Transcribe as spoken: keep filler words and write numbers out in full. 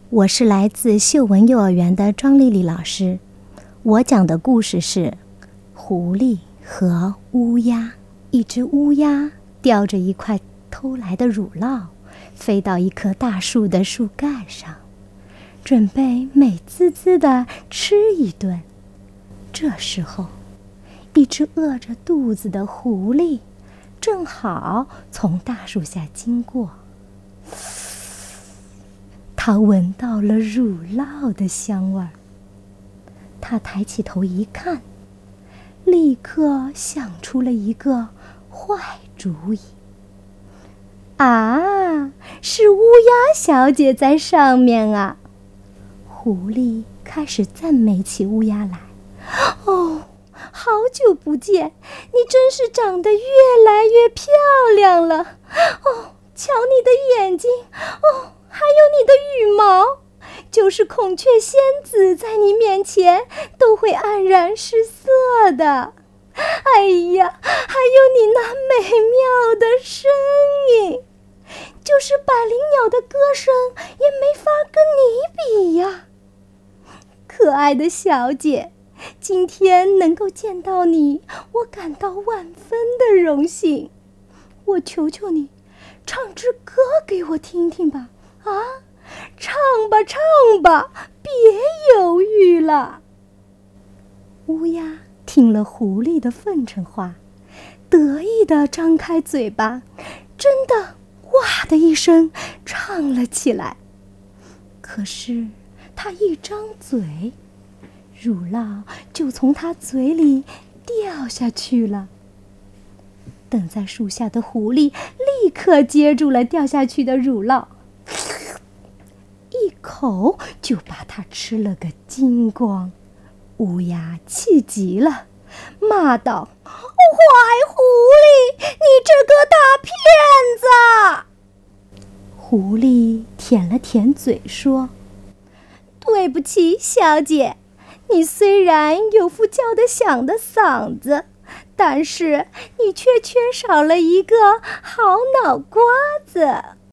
我是来自秀文幼儿园的庄丽丽老师，我讲的故事是狐狸和乌鸦。一只乌鸦叼着一块偷来的乳酪，飞到一棵大树的树干上，准备美滋滋地吃一顿。这时候，一只饿着肚子的狐狸正好从大树下经过。他闻到了乳酪的香味儿，他抬起头一看，立刻想出了一个坏主意。啊，是乌鸦小姐在上面啊！狐狸开始赞美起乌鸦来。哦，好久不见，你真是长得越来越漂亮了。哦，瞧你的眼睛，哦，还有你的羽毛，就是孔雀仙子在你面前都会黯然失色的。哎呀，还有你那美妙的声音，就是百灵鸟的歌声也没法跟你比呀。可爱的小姐，今天能够见到你，我感到万分的荣幸。我求求你，唱支歌给我听听吧。啊，唱吧唱吧，别犹豫了。乌鸦听了狐狸的奉承话，得意地张开嘴巴，真的哇的一声唱了起来。可是他一张嘴，乳酪就从他嘴里掉下去了。等在树下的狐狸立刻接住了掉下去的乳酪，一口就把它吃了个精光。乌鸦气极了，骂道：坏狐狸，你这个大骗子！狐狸舔了舔嘴说：对不起，小姐，你虽然有副叫得响的嗓子，但是你却缺少了一个好脑瓜子。